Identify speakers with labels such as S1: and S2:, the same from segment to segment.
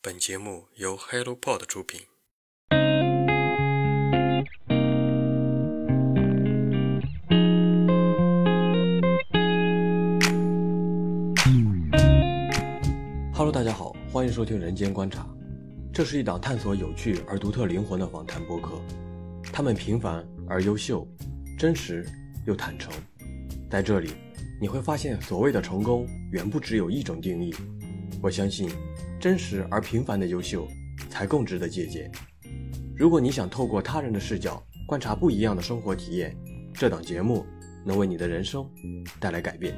S1: 本节目由 HelloPod 出品。Hello， 大家好，欢迎收听人间观察。这是一档探索有趣而独特灵魂的访谈播客。他们平凡而优秀，真实又坦诚。在这里，你会发现所谓的成功远不只有一种定义。我相信，真实而平凡的优秀才更值得借鉴。如果你想透过他人的视角观察不一样的生活体验，这档节目能为你的人生带来改变。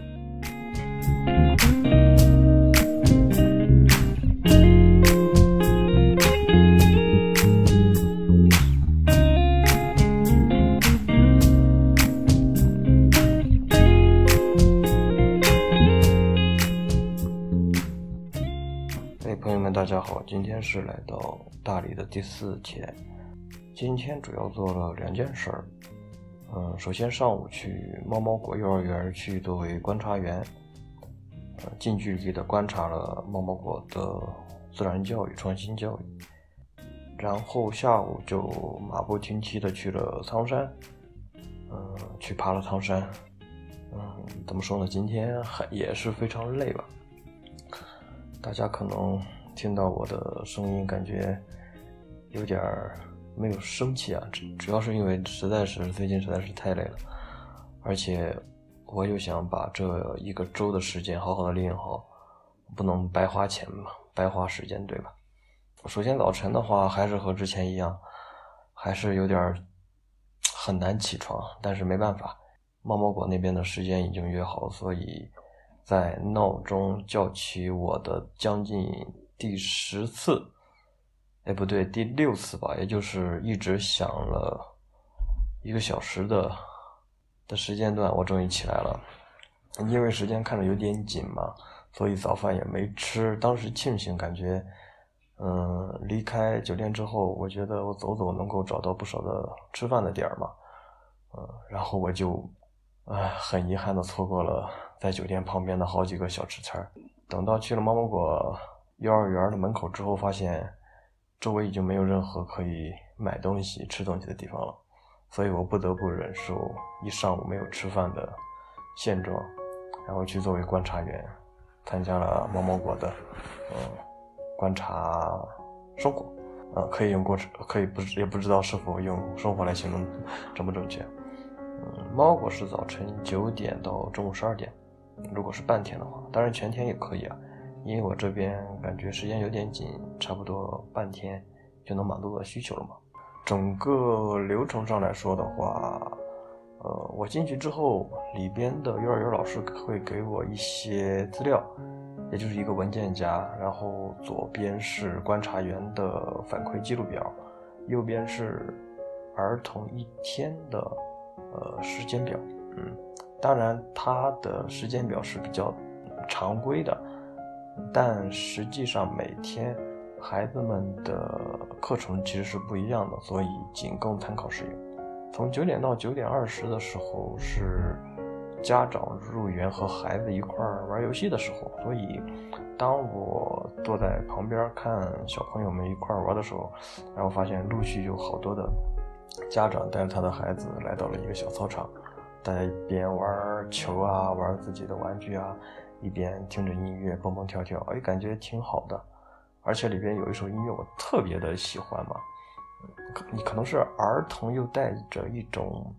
S1: 朋友们大家好，今天是来到大理的第4天。今天主要做了2件事儿。首先上午去猫猫果幼儿园去作为观察员，近距离的观察了猫猫果的自然教育、创新教育。然后下午就马不停蹄的去了苍山，去爬了苍山。怎么说呢？今天也是非常累吧。大家可能听到我的声音感觉有点没有生气啊，主要是因为最近实在是太累了，而且我又想把这1个周的时间好好的利用好，不能白花钱嘛，白花时间，对吧？首先早晨的话还是和之前一样，还是有点很难起床，但是没办法，猫猫果那边的时间已经约好，所以在闹钟叫起我的将近第10次，不对，第6次吧，也就是一直响了1个小时的时间段，我终于起来了。因为时间看着有点紧嘛，所以早饭也没吃。当时庆幸，感觉离开酒店之后，我觉得我走走能够找到不少的吃饭的点嘛，然后我就很遗憾的错过了在酒店旁边的好几个小吃摊。等到去了猫猫果幼儿园的门口之后，发现周围已经没有任何可以买东西吃东西的地方了，所以我不得不忍受一上午没有吃饭的现状，然后去作为观察员参加了猫猫果的观察生活，可以用也不知道是否用生活来形容正不正确。猫猫果是早晨9点到中午12点，如果是半天的话，当然全天也可以啊，因为我这边感觉时间有点紧，差不多半天就能满足我的需求了嘛。整个流程上来说的话，我进去之后，里边的幼儿园老师会给我一些资料，也就是一个文件夹，然后左边是观察员的反馈记录表，右边是儿童1天的时间表。当然它的时间表是比较常规的，但实际上每天孩子们的课程其实是不一样的，所以仅供参考使用。从9点到9点20的时候是家长入园和孩子一块玩游戏的时候，所以当我坐在旁边看小朋友们一块玩的时候，然后发现陆续有好多的家长带着他的孩子来到了一个小操场，大家一边玩球啊，玩自己的玩具啊，一边听着音乐蹦蹦跳跳，感觉挺好的。而且里边有一首音乐我特别的喜欢嘛，可能是儿童又带着一种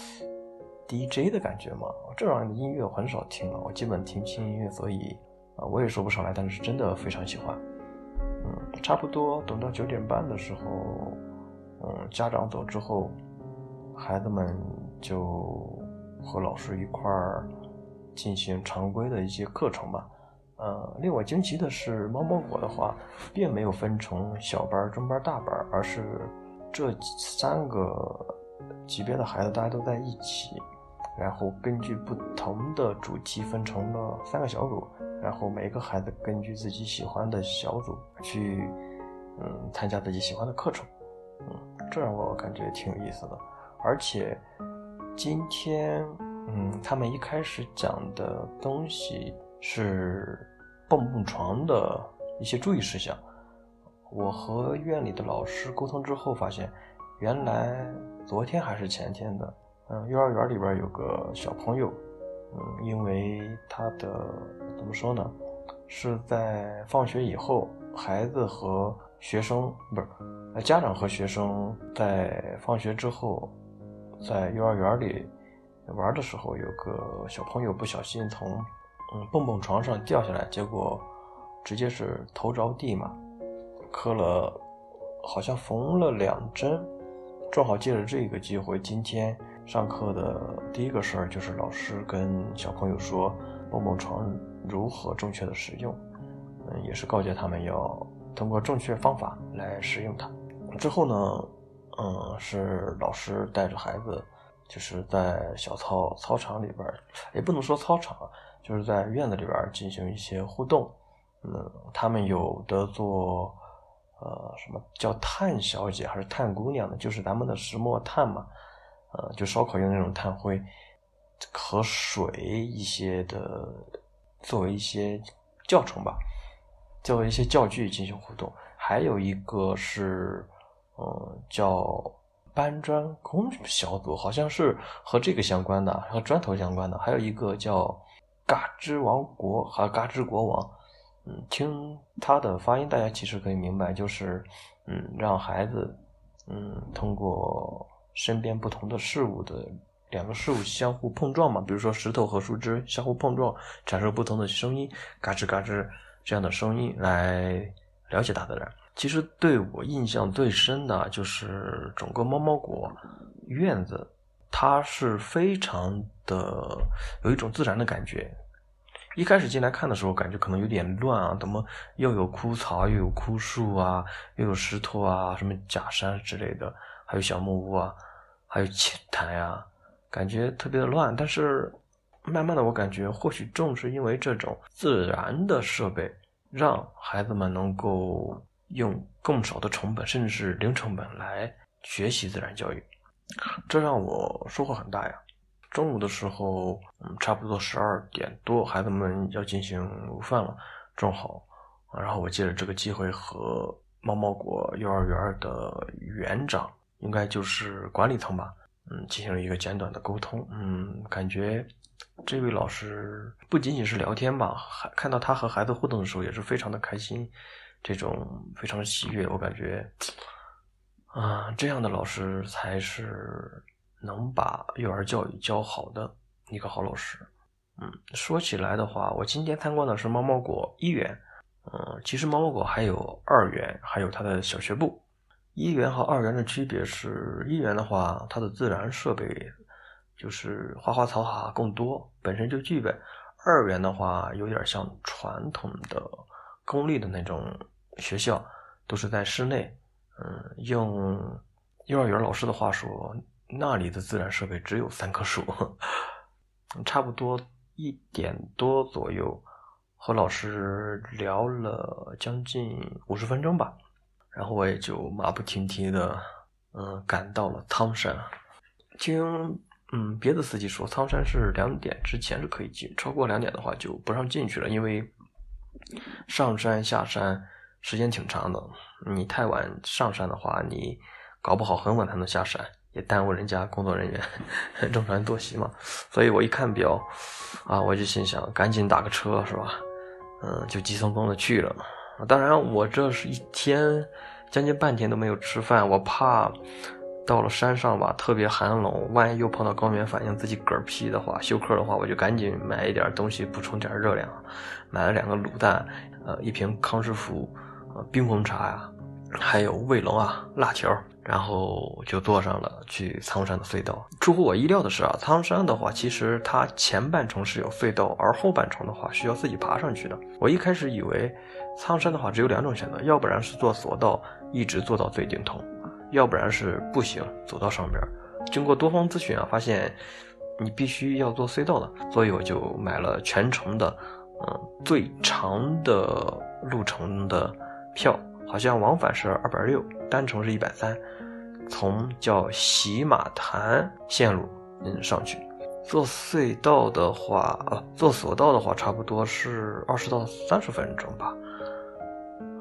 S1: DJ 的感觉嘛，这样的音乐我很少听了，我基本听轻音乐，所以我也说不上来，但是真的非常喜欢。差不多等到9点半的时候，家长走之后，孩子们就和老师一块儿进行常规的一些课程吧。令我惊奇的是，猫猫果的话并没有分成小班、中班、大班，而是这3个级别的孩子大家都在一起，然后根据不同的主题分成了3个小组，然后每个孩子根据自己喜欢的小组去参加自己喜欢的课程。这让我感觉挺有意思的。而且今天他们一开始讲的东西是蹦蹦床的一些注意事项。 我和院里的老师沟通之后发现，原来昨天还是前天的，幼儿园里边有个小朋友，因为他的怎么说呢，是在放学以后，孩子和学生家长和学生在放学之后，在幼儿园里玩的时候，有个小朋友不小心从蹦蹦床上掉下来，结果直接是头着地嘛，好像缝了2针。正好借着这个机会，今天上课的第一个事儿就是老师跟小朋友说蹦蹦床如何正确的使用，也是告诫他们要通过正确方法来使用它。之后呢，是老师带着孩子，就是在小操场里边，也不能说操场，就是在院子里边进行一些互动。他们有的做什么叫炭小姐还是炭姑娘的，就是咱们的石墨炭嘛，就烧烤用那种炭灰和水一些的，作为一些教程吧，作为一些教具进行互动。还有一个是叫搬砖工小组，好像是和这个相关的，和砖头相关的。还有一个叫嘎吱王国和嘎吱国王，听他的发音大家其实可以明白，就是让孩子通过身边不同的事物的2个事物相互碰撞嘛，比如说石头和树枝相互碰撞产生不同的声音，嘎吱嘎吱这样的声音来了解大自然。其实对我印象最深的就是整个猫猫国院子，它是非常的有一种自然的感觉。一开始进来看的时候感觉可能有点乱啊，怎么又有枯草又有枯树啊，又有石头啊，什么假山之类的，还有小木屋啊，还有浅潭啊，感觉特别的乱。但是慢慢的我感觉或许正是因为这种自然的设备，让孩子们能够用更少的成本甚至是零成本来学习自然教育，这让我收获很大呀。中午的时候差不多12点多，孩子们要进行午饭了，正好然后我借着这个机会和猫猫国幼儿园的园长，应该就是管理层吧，进行了一个简短的沟通。感觉这位老师不仅仅是聊天吧，看到他和孩子互动的时候也是非常的开心，这种非常喜悦。我感觉这样的老师才是能把幼儿教育教好的一个好老师。说起来的话，我今天参观的是猫猫国1园，其实猫猫国还有2园，还有它的小学部。1园和2园的区别是，1园的话它的自然设备就是花花草草更多，本身就具备。2园的话有点像传统的公立的那种学校，都是在室内。用幼儿园老师的话说，那里的自然设备只有3棵树。差不多1点多左右，和老师聊了将近50分钟吧，然后我也就马不停蹄的赶到了苍山。听别的司机说，苍山是2点之前是可以进，超过2点的话就不让进去了，因为上山下山时间挺长的，你太晚上山的话，你搞不好很晚才能下山，也耽误人家工作人员正常作息嘛。所以我一看表我就心想赶紧打个车是吧，就急匆匆的去了。当然我这是一天将近半天都没有吃饭，我怕到了山上吧特别寒冷，万一又碰到高原反应自己嗝屁的话，休克的话，我就赶紧买一点东西补充点热量，买了2个卤蛋，1瓶康师傅冰红茶呀，还有卫龙辣条，然后就坐上了去苍山的隧道。出乎我意料的是苍山的话其实它前半程是有隧道，而后半程的话需要自己爬上去的。我一开始以为苍山的话只有2种选择，要不然是坐索道一直坐到最顶头，要不然是步行走到上边。经过多方咨询发现你必须要坐隧道的，所以我就买了全程的最长的路程的票，好像往返是260，单程是130，从叫喜马潭线路上去。坐隧道的话坐索道的话差不多是20到30分钟吧。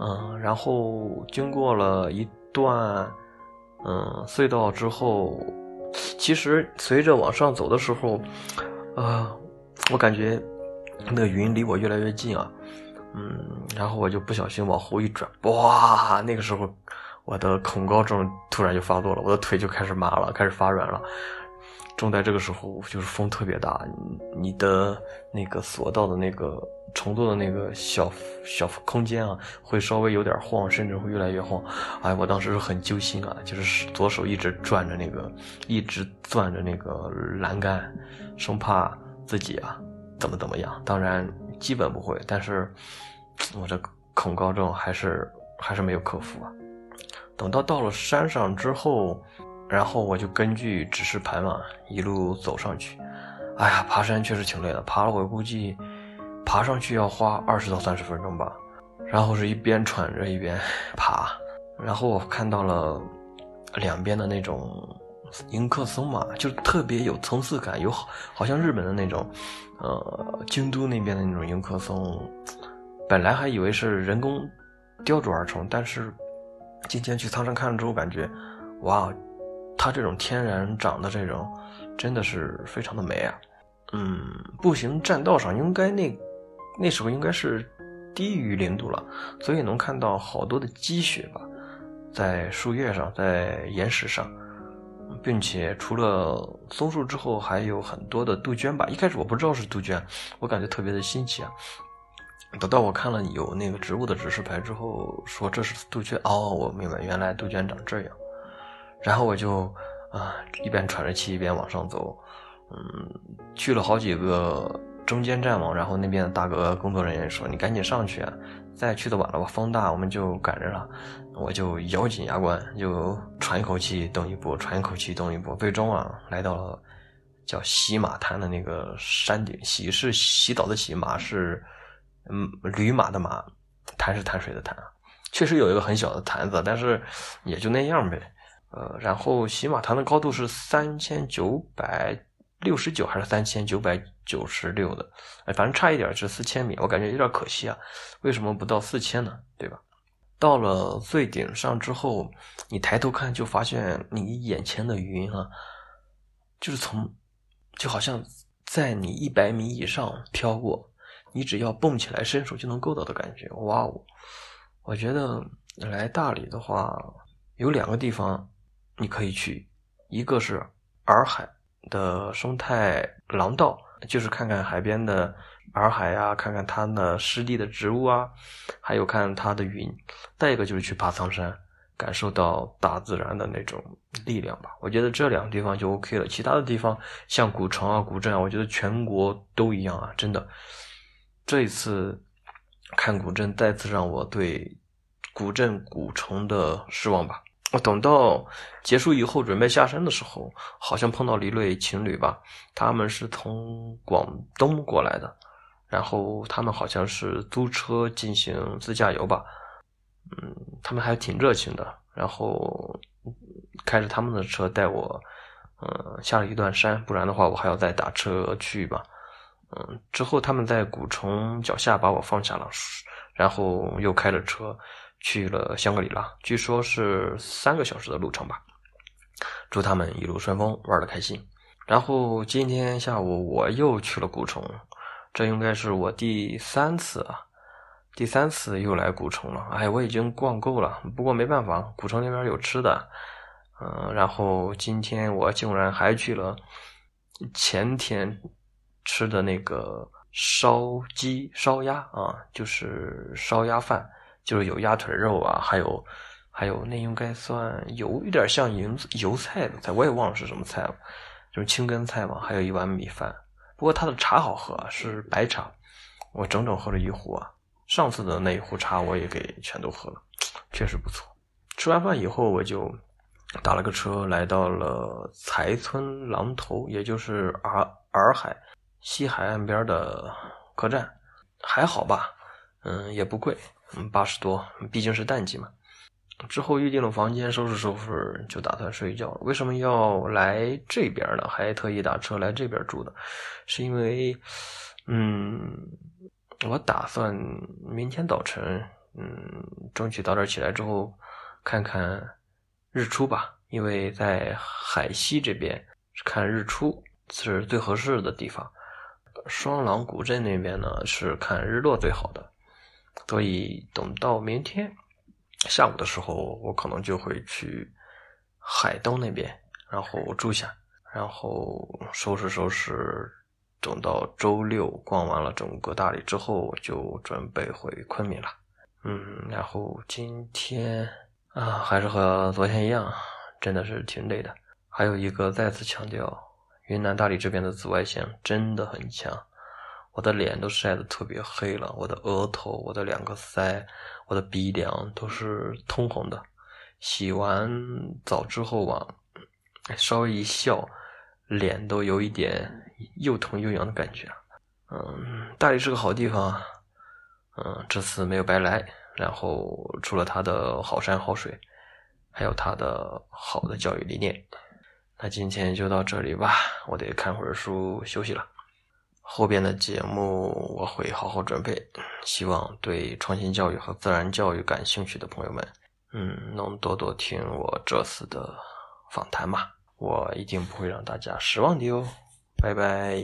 S1: 然后经过了一段隧道之后，其实随着往上走的时候，我感觉那个云离我越来越近啊，然后我就不小心往后一转，哇，那个时候我的恐高症突然就发作了，我的腿就开始麻了，开始发软了。正在这个时候，就是风特别大，你的那个索道的那个乘坐的那个小空间啊，会稍微有点晃，甚至会越来越晃。哎，我当时是很揪心啊，就是左手一直攥着一直攥着那个栏杆，生怕自己啊怎么样。当然基本不会，但是我这恐高症还是没有克服啊。等到了山上之后，然后我就根据指示牌嘛，一路走上去。哎呀，爬山确实挺累的，爬了我估计爬上去要花20到30分钟吧。然后是一边喘着一边爬，然后我看到了两边的那种迎客松嘛，就特别有层次感，好像日本的那种京都那边的那种迎客松，本来还以为是人工雕琢而成，但是今天去苍山看了之后感觉，哇，它这种天然长的这种真的是非常的美啊。步行栈道上应该那时候应该是低于0度了，所以能看到好多的积雪吧，在树叶上，在岩石上，并且除了松树之后还有很多的杜鹃吧。一开始我不知道是杜鹃，我感觉特别的新奇啊。等到我看了有那个植物的指示牌之后，说这是杜鹃，我明白，原来杜鹃长这样。然后我就一边喘着气一边往上走，去了好几个中间站嘛，然后那边的大哥工作人员说你赶紧上去啊，再去的晚了吧，风大我们就赶着了。我就咬紧牙关，就喘一口气蹬一步，喘一口气蹬一步，最终来到了叫洗马滩的那个山顶。洗是洗澡的洗，马是驴马的马，潭是潭水的潭，确实有一个很小的潭子，但是也就那样呗。然后洗马潭的高度是3969还是3996的，反正差一点是4000米，我感觉有点可惜啊，为什么不到4000呢？对吧？到了最顶上之后，你抬头看就发现你眼前的云就好像在你100米以上飘过，你只要蹦起来伸手就能够到的感觉。哇哦！我觉得来大理的话有2个地方你可以去，一个是洱海的生态廊道，就是看看海边的洱海啊，看看它的湿地的植物啊，还有看它的云。再一个就是去爬苍山，感受到大自然的那种力量吧。我觉得这2个地方就 OK 了，其他的地方像古城啊、古镇啊，我觉得全国都一样啊，真的。这一次看古镇再次让我对古镇古城的失望吧。我等到结束以后准备下山的时候，好像碰到了一对情侣吧，他们是从广东过来的，然后他们好像是租车进行自驾游吧。他们还挺热情的，然后开着他们的车带我下了一段山，不然的话我还要再打车去吧。之后他们在古城脚下把我放下了，然后又开了车去了香格里拉，据说是3个小时的路程吧。祝他们一路顺风，玩得开心。然后今天下午我又去了古城，这应该是我第3次又来古城了。我已经逛够了，不过没办法，古城那边有吃的。然后今天我竟然还去了前天吃的那个烧鸡烧鸭啊，就是烧鸭饭，就是有鸭腿肉啊，还有那应该算有一点像油菜的菜，我也忘了是什么菜了，就是青根菜嘛，还有一碗米饭。不过它的茶好喝，是白茶，我整整喝了1壶啊。上次的那1壶茶我也给全都喝了，确实不错。吃完饭以后我就打了个车来到了才村廊头，也就是洱海西海岸边的客栈，还好吧，也不贵，80多，毕竟是淡季嘛。之后预定了房间，收拾就打算睡觉了。为什么要来这边呢？还特意打车来这边住的，是因为我打算明天早晨争取早点起来之后看看日出吧，因为在海西这边看日出是最合适的地方，双廊古镇那边呢是看日落最好的，所以等到明天下午的时候，我可能就会去海东那边，然后住下，然后收拾收拾，等到周六逛完了整个大理之后，我就准备回昆明了。然后今天还是和昨天一样，真的是挺累的。还有一个再次强调，云南大理这边的紫外线真的很强，我的脸都晒得特别黑了，我的额头、我的2个腮、我的鼻梁都是通红的。洗完澡之后稍微一笑，脸都有一点又痛又痒的感觉。大理是个好地方，这次没有白来，然后除了它的好山好水，还有它的好的教育理念。那今天就到这里吧，我得看会儿书休息了。后边的节目我会好好准备，希望对创新教育和自然教育感兴趣的朋友们，能多多听我这次的访谈嘛，我一定不会让大家失望的哟。拜拜。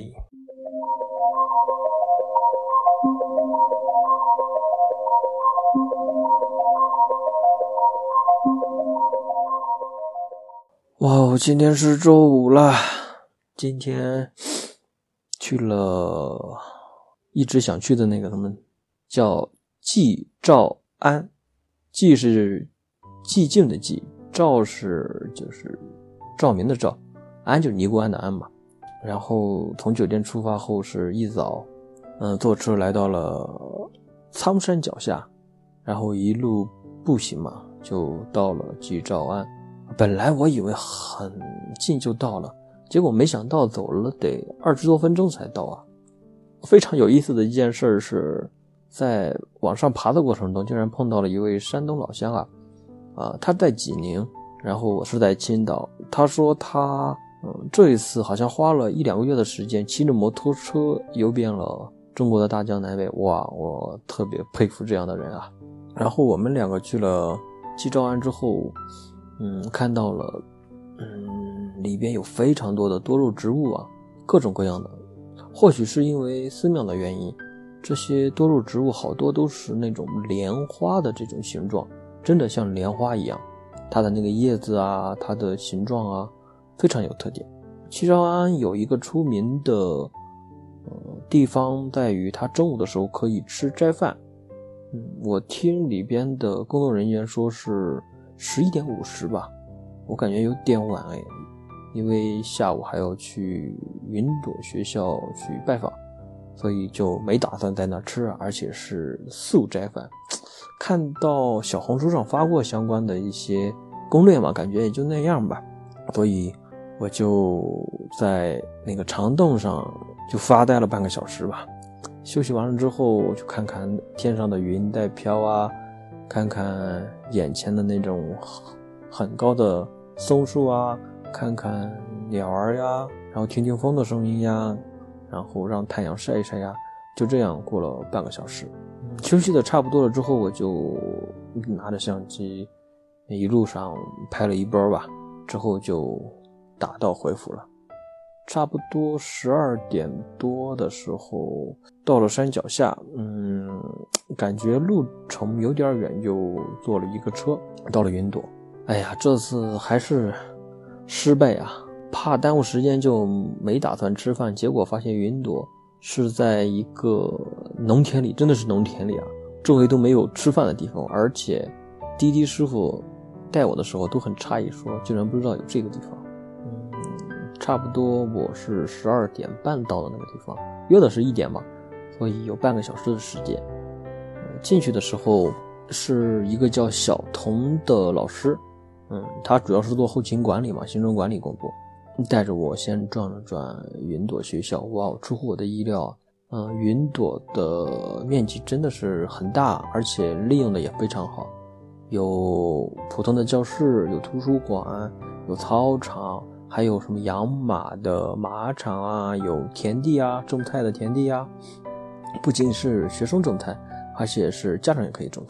S1: 哇，今天是周5了，今天去了一直想去的那个他们叫季兆安，季是寂静的寂，兆是就是照明的照，安就是尼姑庵的安嘛。然后从酒店出发后是一早坐车来到了苍山脚下，然后一路步行嘛，就到了季兆安。本来我以为很近就到了，结果没想到走了得20多分钟才到啊。非常有意思的一件事是，在往上爬的过程中竟然碰到了一位山东老乡他在济宁，然后我是在青岛。他说他这一次好像花了1-2个月的时间骑着摩托车游遍了中国的大江南北。哇，我特别佩服这样的人啊。然后我们2个去了季兆安之后，看到了里边有非常多的多肉植物各种各样的。或许是因为寺庙的原因，这些多肉植物好多都是那种莲花的这种形状，真的像莲花一样，它的那个叶子它的形状非常有特点。季兆安有一个出名的地方在于它中午的时候可以吃斋饭。我听里边的工作人员说是11点50吧，我感觉有点晚因为下午还要去云朵学校去拜访，所以就没打算在那吃而且是素斋饭。看到小红书上发过相关的一些攻略嘛，感觉也就那样吧，所以我就在那个长凳上就发呆了半个小时吧。休息完了之后，就看看天上的云在飘看看眼前的那种很高的松树看看鸟儿然后听听风的声音然后让太阳晒一晒就这样过了半个小时。休息的差不多了之后，我就拿着相机一路上拍了一波吧，之后就打道回府了。差不多12点多的时候到了山脚下，感觉路程有点远，就坐了一个车到了云朵。哎呀，这次还是失败怕耽误时间就没打算吃饭，结果发现云朵是在一个农田里，真的是农田里周围都没有吃饭的地方，而且滴滴师傅带我的时候都很诧异，说居然不知道有这个地方。差不多我是12点半到的那个地方，约的是1点嘛，所以有半个小时的时间。进去的时候是一个叫小童的老师，他主要是做后勤管理嘛，行政管理工作，带着我先转了转云朵学校。哇，出乎我的意料云朵的面积真的是很大，而且利用的也非常好，有普通的教室，有图书馆，有操场，还有什么养马的马场有田地种菜的田地不仅是学生种菜，而且是家长也可以种菜。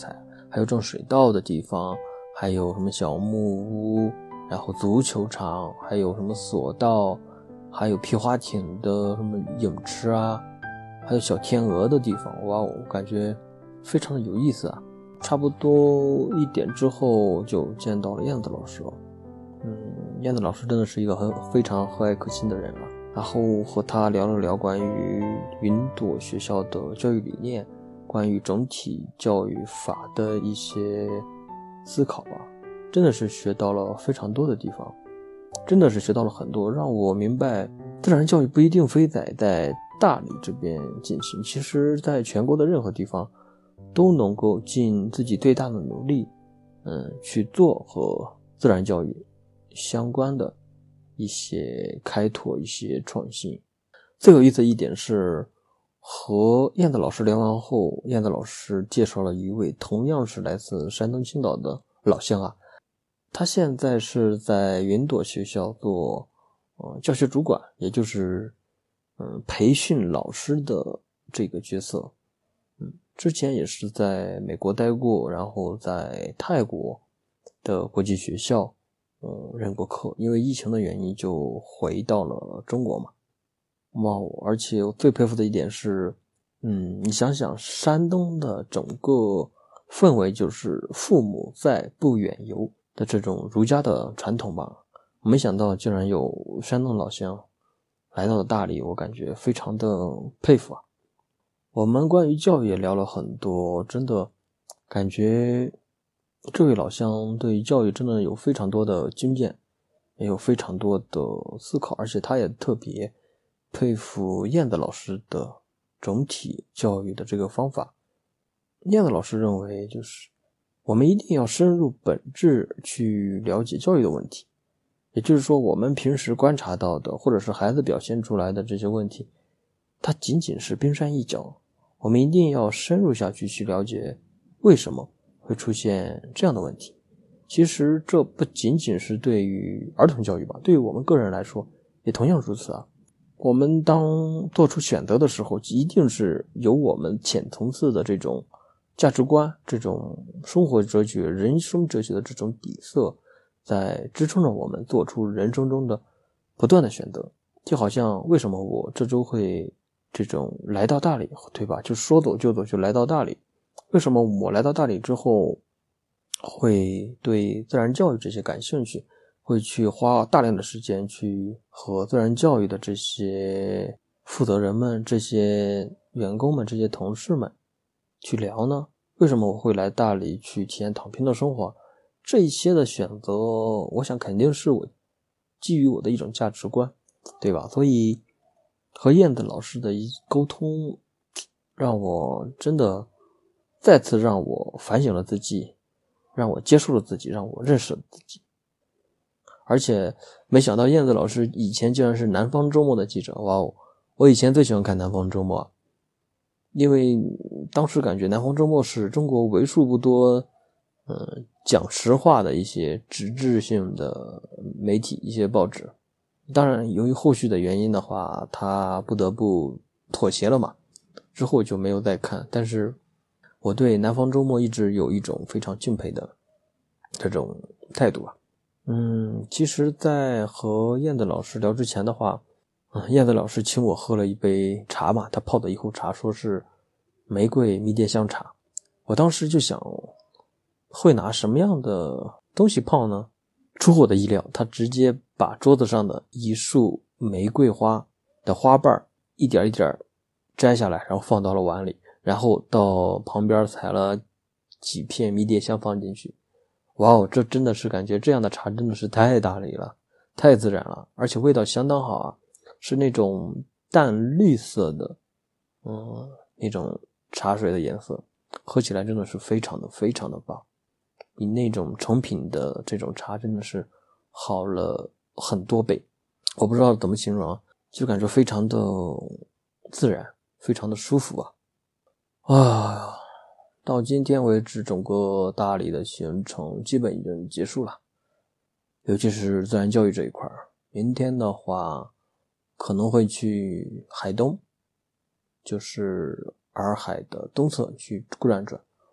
S2: 还有种水稻的地方，还有什么小木屋，然后足球场，还有什么索道，还有皮划艇的什么泳池啊，还有小天鹅的地方。哇，我感觉非常的有意思啊。差不多1点之后就见到了燕子老师了。燕子老师真的是一个非常和蔼可亲的人了。然后和他聊了聊关于云朵学校的教育理念，关于整体教育法的一些思考吧，真的是学到了非常多的地方，真的是学到了很多，让我明白自然教育不一定非得在大理这边进行，其实在全国的任何地方都能够尽自己最大的努力去做和自然教育相关的一些开拓，一些创新。最有意思的一点是，和燕子老师聊完后，燕子老师介绍了一位同样是来自山东青岛的老乡啊，他现在是在云朵学校做教学主管，也就是培训老师的这个角色。之前也是在美国待过，然后在泰国的国际学校任过课，因为疫情的原因就回到了中国嘛。哇，而且我最佩服的一点是你想想山东的整个氛围就是父母在不远游的这种儒家的传统吧，没想到竟然有山东老乡来到了大理，我感觉非常的佩服啊。我们关于教育也聊了很多，真的感觉这位老乡对于教育真的有非常多的经验，也有非常多的思考，而且他也特别佩服燕子老师的整体教育的这个方法。燕子老师认为，就是我们一定要深入本质去了解教育的问题，也就是说我们平时观察到的或者是孩子表现出来的这些问题，它仅仅是冰山一角，我们一定要深入下去去了解为什么会出现这样的问题。其实这不仅仅是对于儿童教育吧，对于我们个人来说也同样如此啊。我们当做出选择的时候，一定是有我们浅层次的这种价值观，这种生活哲学、人生哲学的这种底色，在支撑着我们做出人生中的不断的选择。就好像为什么我这周会这种来到大理，对吧？就说走就走就来到大理。为什么我来到大理之后会对自然教育这些感兴趣，会去花大量的时间去和自然教育的这些负责人们、这些员工们、这些同事们去聊呢？为什么我会来大理去体验躺平的生活？这一些的选择，我想肯定是我基于我的一种价值观，对吧？所以和燕子老师的沟通，让我真的再次让我反省了自己，让我接受了自己，让我认识了自己。而且没想到燕子老师以前竟然是南方周末的记者，哇哦！我以前最喜欢看南方周末，因为当时感觉南方周末是中国为数不多讲实话的一些纸质性的媒体，一些报纸。当然由于后续的原因的话，他不得不妥协了嘛，之后就没有再看。但是我对南方周末一直有一种非常敬佩的这种态度啊。其实在和燕子老师聊之前的话，燕子老师请我喝了一杯茶嘛，他泡的一壶茶说是玫瑰迷迭香茶。我当时就想，会拿什么样的东西泡呢？出乎我的意料，他直接把桌子上的一束玫瑰花的花瓣一点一点摘下来，然后放到了碗里，然后到旁边采了几片迷迭香放进去。哇哦，这真的是感觉这样的茶真的是太大理了，太自然了，而且味道相当好啊，是那种淡绿色的那种茶水的颜色，喝起来真的是非常的非常的棒，比那种成品的这种茶真的是好了很多倍。我不知道怎么形容啊，就感觉非常的自然，非常的舒服啊。到今天为止，整个大理的行程基本已经结束了，尤其是自然教育这一块。明天的话可能会去海东，就是洱海的东侧去转转，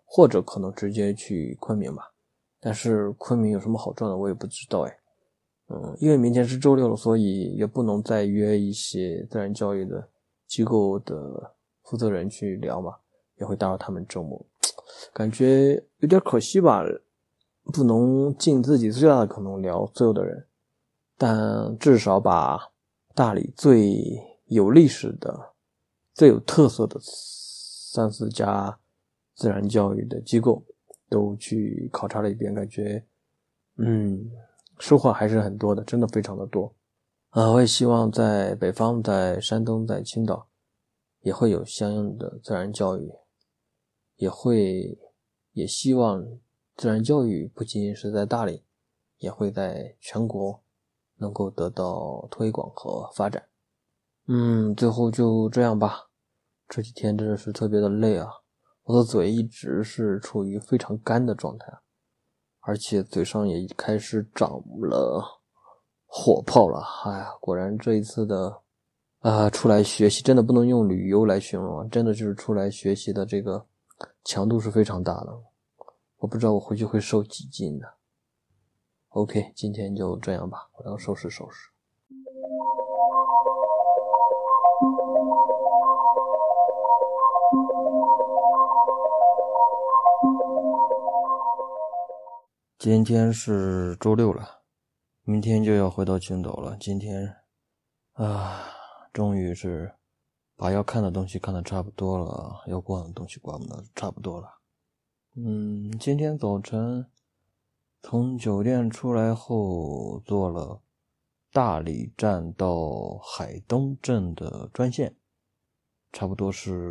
S2: 或者可能直接去昆明吧。但是昆明有什么好赚的我也不知道因为明天是周六了，所以也不能再约一些自然教育的机构的负责人去聊嘛，也会打扰他们周末，感觉有点可惜吧，不能尽自己最大的可能聊所有的人，但至少把大理最有历史的、最有特色的3-4家自然教育的机构都去考察了一遍，感觉收获还是很多的，真的非常的多。我也希望在北方，在山东，在青岛也会有相应的自然教育，也希望自然教育不仅仅是在大理，也会在全国能够得到推广和发展。最后就这样吧，这几天真的是特别的累啊，我的嘴一直是处于非常干的状态，而且嘴上也开始长了火泡了。果然这一次的出来学习真的不能用旅游来形容，真的就是出来学习的这个强度是非常大的，我不知道我回去会瘦几斤的。OK， 今天就这样吧，我要收拾收拾。
S1: 今天是周六了，明天就要回到青岛了。今天终于是把要看的东西看得差不多了，要逛的东西逛的差不多了。今天早晨从酒店出来后，坐了大理站到海东镇的专线，差不多是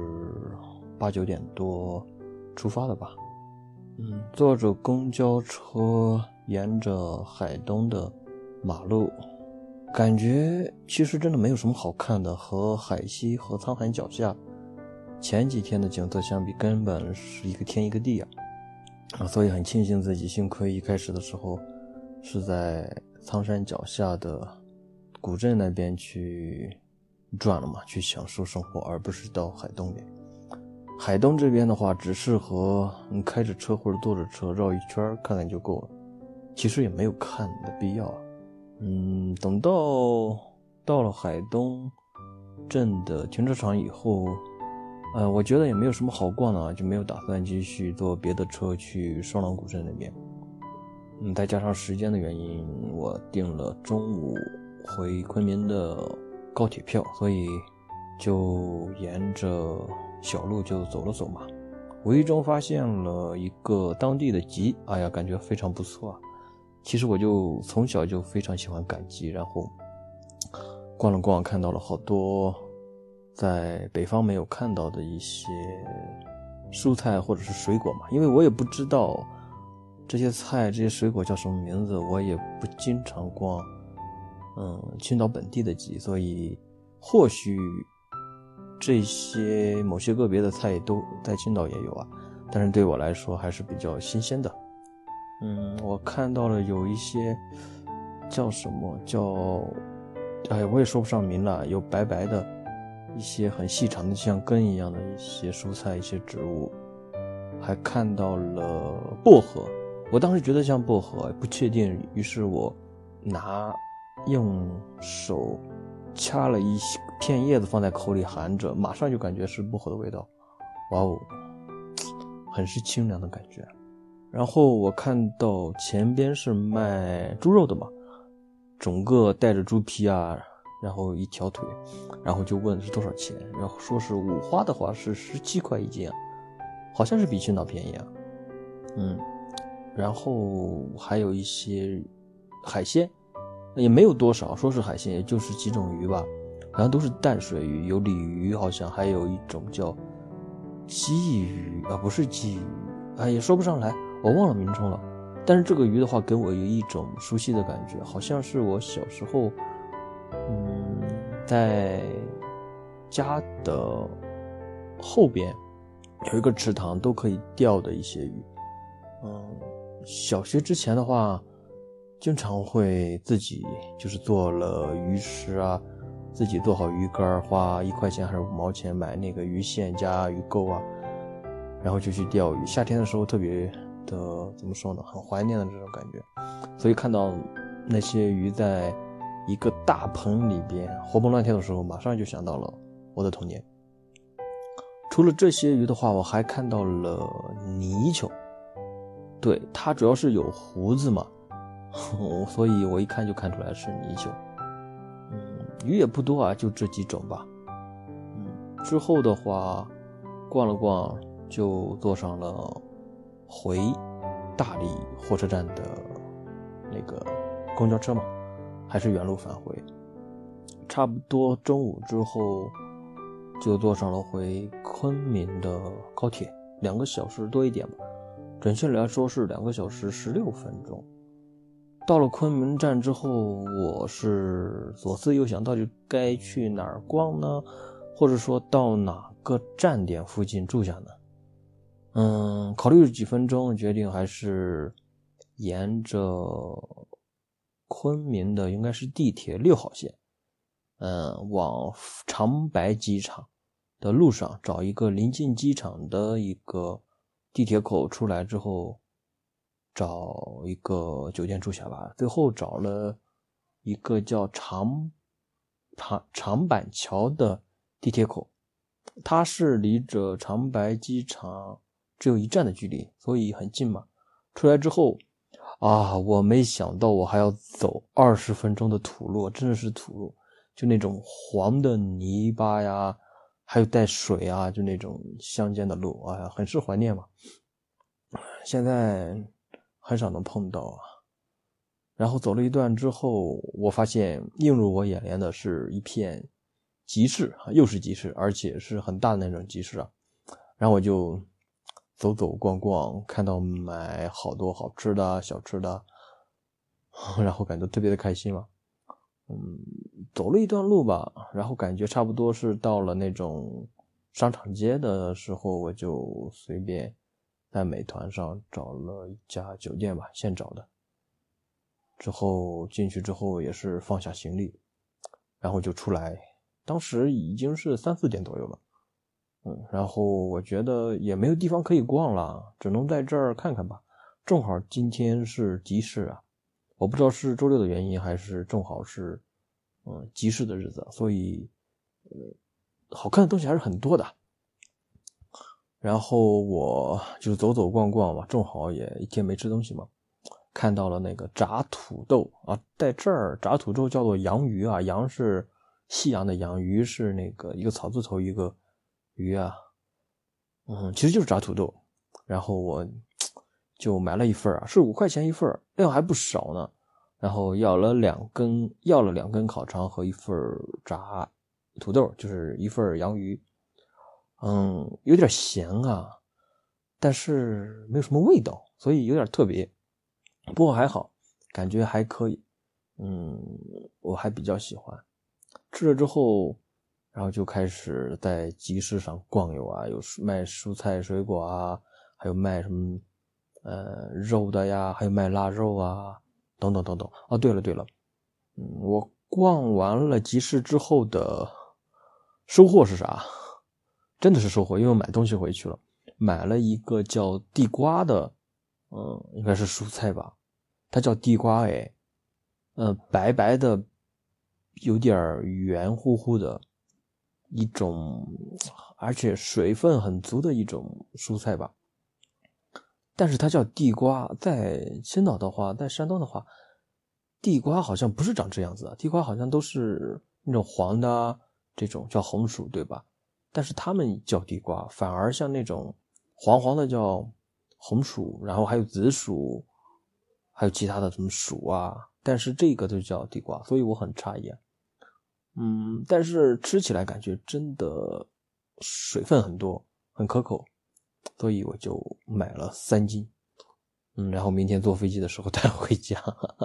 S1: 8、9点多出发的吧。坐着公交车沿着海东的马路，感觉其实真的没有什么好看的，和海西和沧海脚下前几天的景色相比，根本是一个天一个地所以很庆幸自己幸亏一开始的时候是在苍山脚下的古镇那边去转了嘛，去享受生活，而不是到海东边。海东这边的话只适合你开着车或者坐着车绕一圈看看就够了，其实也没有看的必要等到了海东镇的停车场以后，我觉得也没有什么好逛的就没有打算继续坐别的车去双廊古镇那边。再加上时间的原因，我订了中午回昆明的高铁票，所以就沿着小路就走了走嘛。无意中发现了一个当地的集，感觉非常不错其实我就从小就非常喜欢赶集，然后逛了逛，看到了好多在北方没有看到的一些蔬菜或者是水果嘛，因为我也不知道这些菜这些水果叫什么名字，我也不经常逛青岛本地的集，所以或许这些某些个别的菜都在青岛也有但是对我来说还是比较新鲜的。我看到了有一些叫什么我也说不上名了，有白白的一些很细长的像根一样的一些蔬菜一些植物，还看到了薄荷，我当时觉得像薄荷不确定，于是我用手掐了一片叶子放在口里含着，马上就感觉是薄荷的味道，很是清凉的感觉。然后我看到前边是卖猪肉的嘛，整个带着猪皮然后一条腿，然后就问是多少钱，然后说是五花的话是17块一斤好像是比青岛便宜然后还有一些海鲜，也没有多少，说是海鲜也就是几种鱼吧，好像都是淡水鱼，有鲤鱼，好像还有一种叫鲫鱼不是鲫鱼也说不上来，我忘了名称了。但是这个鱼的话给我有一种熟悉的感觉，好像是我小时候在家的后边有一个池塘都可以钓的一些鱼。小学之前的话经常会自己就是做了鱼食自己做好鱼竿，花1块钱还是5毛钱买那个鱼线加鱼钩
S2: 然后就去钓鱼。夏天的时候特别的怎么说呢，很怀念的这种感觉。所以看到那些鱼在一个大盆里边活蹦乱跳的时候，马上就想到了我的童年。除了这些鱼的话，我还看到了泥鳅。对，它主要是有胡子嘛，所以我一看就看出来是泥鳅。鱼也不多啊，就这几种吧。之后的话逛了逛，就坐上了回大理火车站的那个公交车嘛，还是原路返回。差不多中午之后就坐上了回昆明的高铁，2个小时多一点吧，准确来说是2个小时16分钟。到了昆明站之后，我是左思右想，到底该去哪儿逛呢？或者说到哪个站点附近住下呢？考虑了几分钟，决定还是沿着昆明的应该是地铁6号线，往长白机场的路上找一个临近机场的一个地铁口出来之后，找一个酒店住下吧。最后找了一个叫长板桥的地铁口，它是离着长白机场只有1站的距离，所以很近嘛。出来之后我没想到我还要走20分钟的土路，真的是土路，就那种黄的泥巴呀，还有带水啊，就那种乡间的路，很是怀念嘛。现在很少能碰到啊。然后走了一段之后，我发现映入我眼帘的是一片集市，又是集市，而且是很大的那种集市啊。然后我就走走逛逛，看到买好多好吃的小吃的，然后感觉特别的开心嘛。走了一段路吧，然后感觉差不多是到了那种商场街的时候，我就随便在美团上找了一家酒店吧，现找的。之后进去之后也是放下行李，然后就出来，当时已经是3、4点左右了。然后我觉得也没有地方可以逛了，只能在这儿看看吧。正好今天是集市啊，我不知道是周6的原因还是正好是集市的日子，所以好看的东西还是很多的。然后我就走走逛逛嘛，正好也一天没吃东西嘛，看到了那个炸土豆啊，在这儿炸土豆叫做洋鱼啊，洋是夕阳的洋，鱼是那个一个草字头一个鱼啊，其实就是炸土豆。然后我就买了一份啊，是5块钱一份，量还不少呢。然后要了2根烤肠和一份炸土豆，就是一份洋鱼。有点咸啊，但是没有什么味道，所以有点特别。不过还好，感觉还可以。我还比较喜欢。吃了之后，然后就开始在集市上逛悠啊，有卖蔬菜水果啊，还有卖什么肉的呀，还有卖腊肉啊，等等等等。对了，我逛完了集市之后的收获是啥？真的是收获，因为我买东西回去了，买了一个叫地瓜的，应该是蔬菜吧，它叫地瓜白白的，有点圆乎乎的一种，而且水分很足的一种蔬菜吧。但是它叫地瓜，在青岛的话，在山东的话，地瓜好像不是长这样子啊，地瓜好像都是那种黄的这种叫红薯，对吧？但是他们叫地瓜，反而像那种黄黄的叫红薯，然后还有紫薯，还有其他的什么薯啊，但是这个就叫地瓜，所以我很诧异啊。但是吃起来感觉真的水分很多，很可口，所以我就买了3斤。然后明天坐飞机的时候带回家。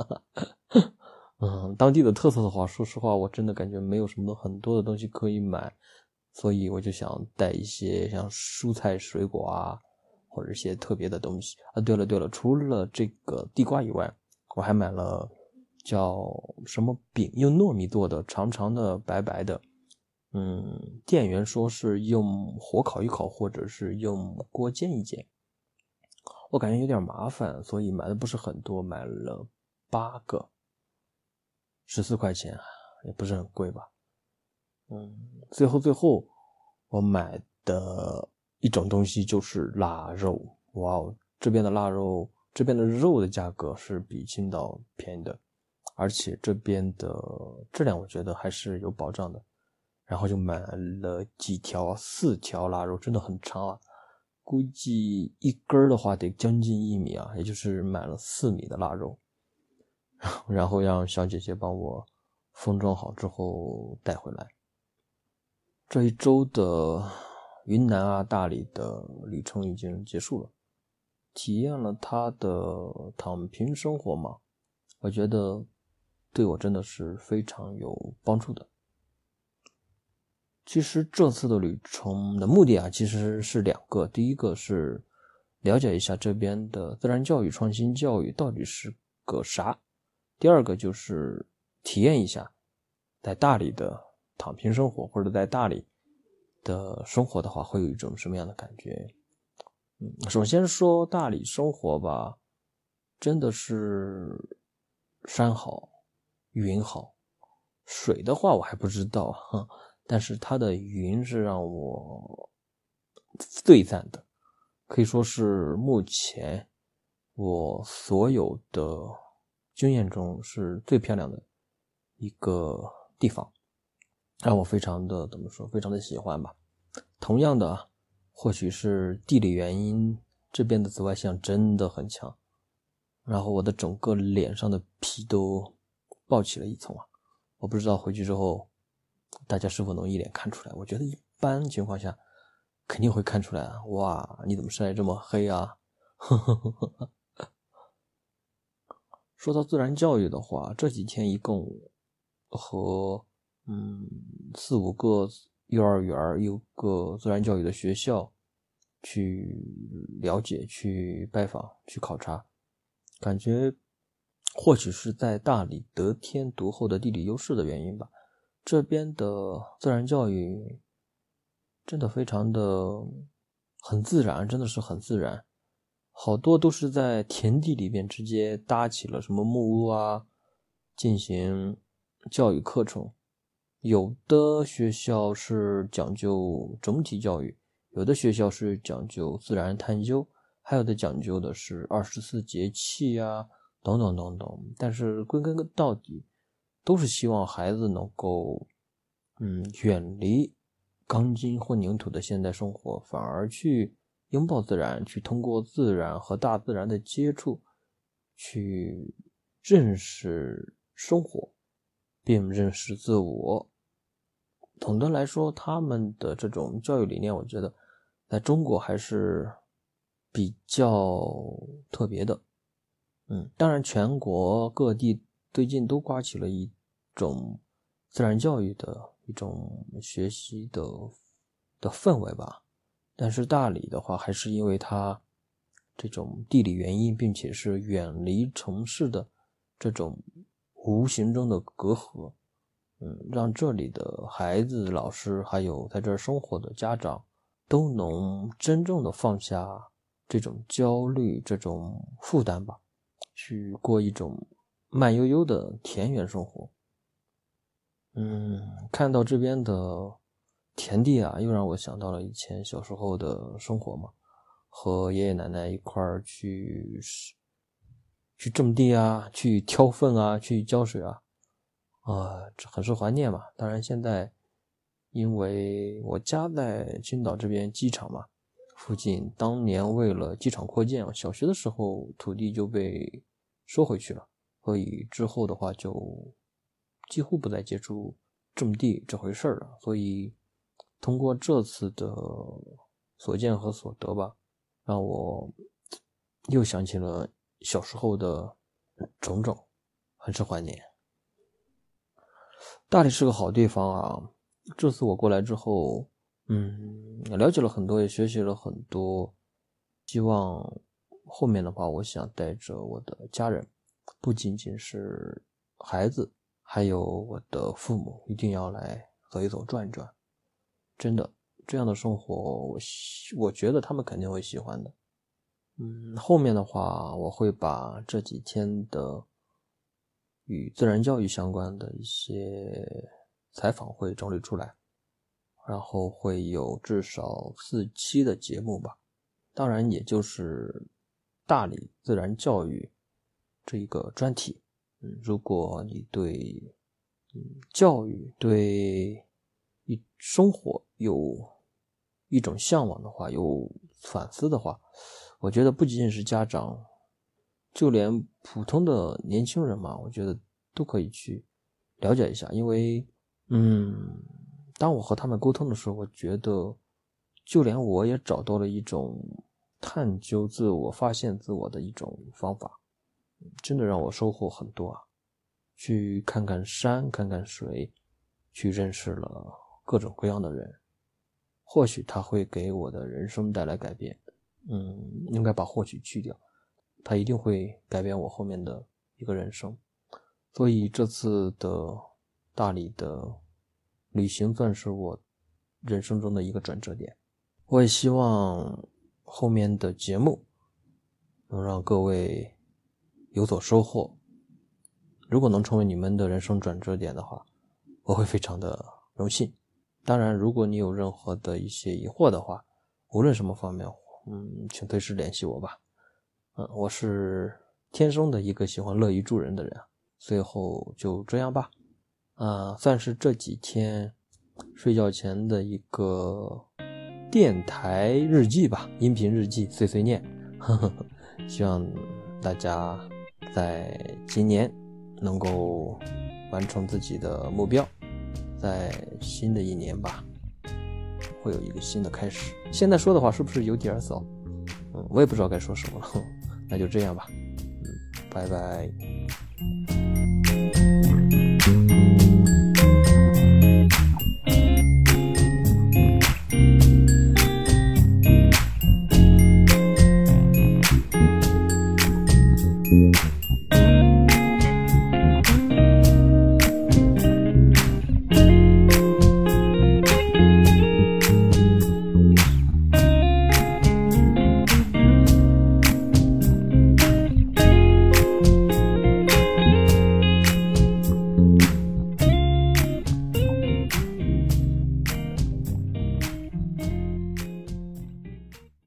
S2: 当地的特色的话，说实话我真的感觉没有什么很多的东西可以买，所以我就想带一些像蔬菜水果啊，或者一些特别的东西啊。对了，除了这个地瓜以外，我还买了叫什么饼，用糯米做的，长长的白白的， 店员说是用火烤一烤，或者是用锅煎一煎。我感觉有点麻烦，所以买的不是很多，买了8个，14块钱，也不是很贵吧。最后我买的一种东西就是腊肉。哇哦，这边的腊肉，这边的肉的价格是比青岛便宜的，而且这边的质量我觉得还是有保障的。然后就买了几条，4条腊肉，真的很长啊，估计一根的话得将近1米啊，也就是买了4米的腊肉，然后让小姐姐帮我封装好之后带回来。这一周的云南啊、大理的旅程已经结束了，体验了他的躺平生活嘛，我觉得对我真的是非常有帮助的。其实这次的旅程的目的啊，其实是2个。第一个是了解一下这边的自然教育、创新教育到底是个啥。第二个就是体验一下在大理的躺平生活，或者在大理的生活的话，会有一种什么样的感觉。首先说大理生活吧，真的是山好，云好，水的话我还不知道但是它的云是让我最赞的，可以说是目前我所有的经验中是最漂亮的一个地方，让我非常的非常的喜欢吧。同样的，或许是地理原因，这边的紫外线真的很强，然后我的整个脸上的皮都爆起了一层啊！我不知道回去之后大家是否能一眼看出来，我觉得一般情况下肯定会看出来啊！哇，你怎么晒这么黑啊？说到自然教育的话，这几天一共和4、5个幼儿园、1个自然教育的学校去了解、去拜访、去考察，感觉或许是在大理得天独厚的地理优势的原因吧，这边的自然教育真的非常的很自然，真的是很自然，好多都是在田地里边直接搭起了什么木屋啊，进行教育课程。有的学校是讲究整体教育，有的学校是讲究自然探究，还有的讲究的是24节气啊，等等等等。但是归根到底，都是希望孩子能够远离钢筋混凝土的现代生活，反而去拥抱自然，去通过自然和大自然的接触，去认识生活，并认识自我。总的来说，他们的这种教育理念，我觉得在中国还是比较特别的。当然全国各地最近都刮起了一种自然教育的一种学习的氛围吧。但是大理的话，还是因为它这种地理原因，并且是远离城市的这种无形中的隔阂，让这里的孩子、老师，还有在这儿生活的家长，都能真正的放下这种焦虑、这种负担吧，去过一种慢悠悠的田园生活。看到这边的田地啊，又让我想到了以前小时候的生活嘛，和爷爷奶奶一块儿去种地啊，去挑粪啊，去浇水啊，很是怀念嘛。当然现在因为我家在青岛这边机场嘛，附近当年为了机场扩建，小学的时候土地就被收回去了，所以之后的话就几乎不再接触种地这回事了。所以通过这次的所见和所得吧，让我又想起了小时候的种种，很是怀念。大理是个好地方啊，这次我过来之后，了解了很多，也学习了很多，希望后面的话，我想带着我的家人，不仅仅是孩子，还有我的父母，一定要来走一走、转一转， 真的，这样的生活我觉得他们肯定会喜欢的。后面的话我会把这几天的与自然教育相关的一些采访会整理出来，然后会有至少4期的节目吧。当然也就是大理自然教育这一个专题。如果你对教育对生活有一种向往的话，有反思的话，我觉得不仅仅是家长，就连普通的年轻人嘛，我觉得都可以去了解一下。因为当我和他们沟通的时候，我觉得就连我也找到了一种探究自我发现自我的一种方法，真的让我收获很多啊。去看看山看看水，去认识了各种各样的人，或许他会给我的人生带来改变。应该把或许去掉，他一定会改变我后面的一个人生。所以这次的大理的旅行算是我人生中的一个转折点。我也希望后面的节目能让各位有所收获。如果能成为你们的人生转折点的话，我会非常的荣幸。当然如果你有任何的一些疑惑的话，无论什么方面，请随时联系我吧。我是天生的一个喜欢乐于助人的人。最后就这样吧。算是这几天睡觉前的一个电台日记吧，音频日记，碎碎念。希望大家在今年能够完成自己的目标，在新的一年吧，会有一个新的开始。现在说的话是不是有点早？我也不知道该说什么了。那就这样吧。拜拜。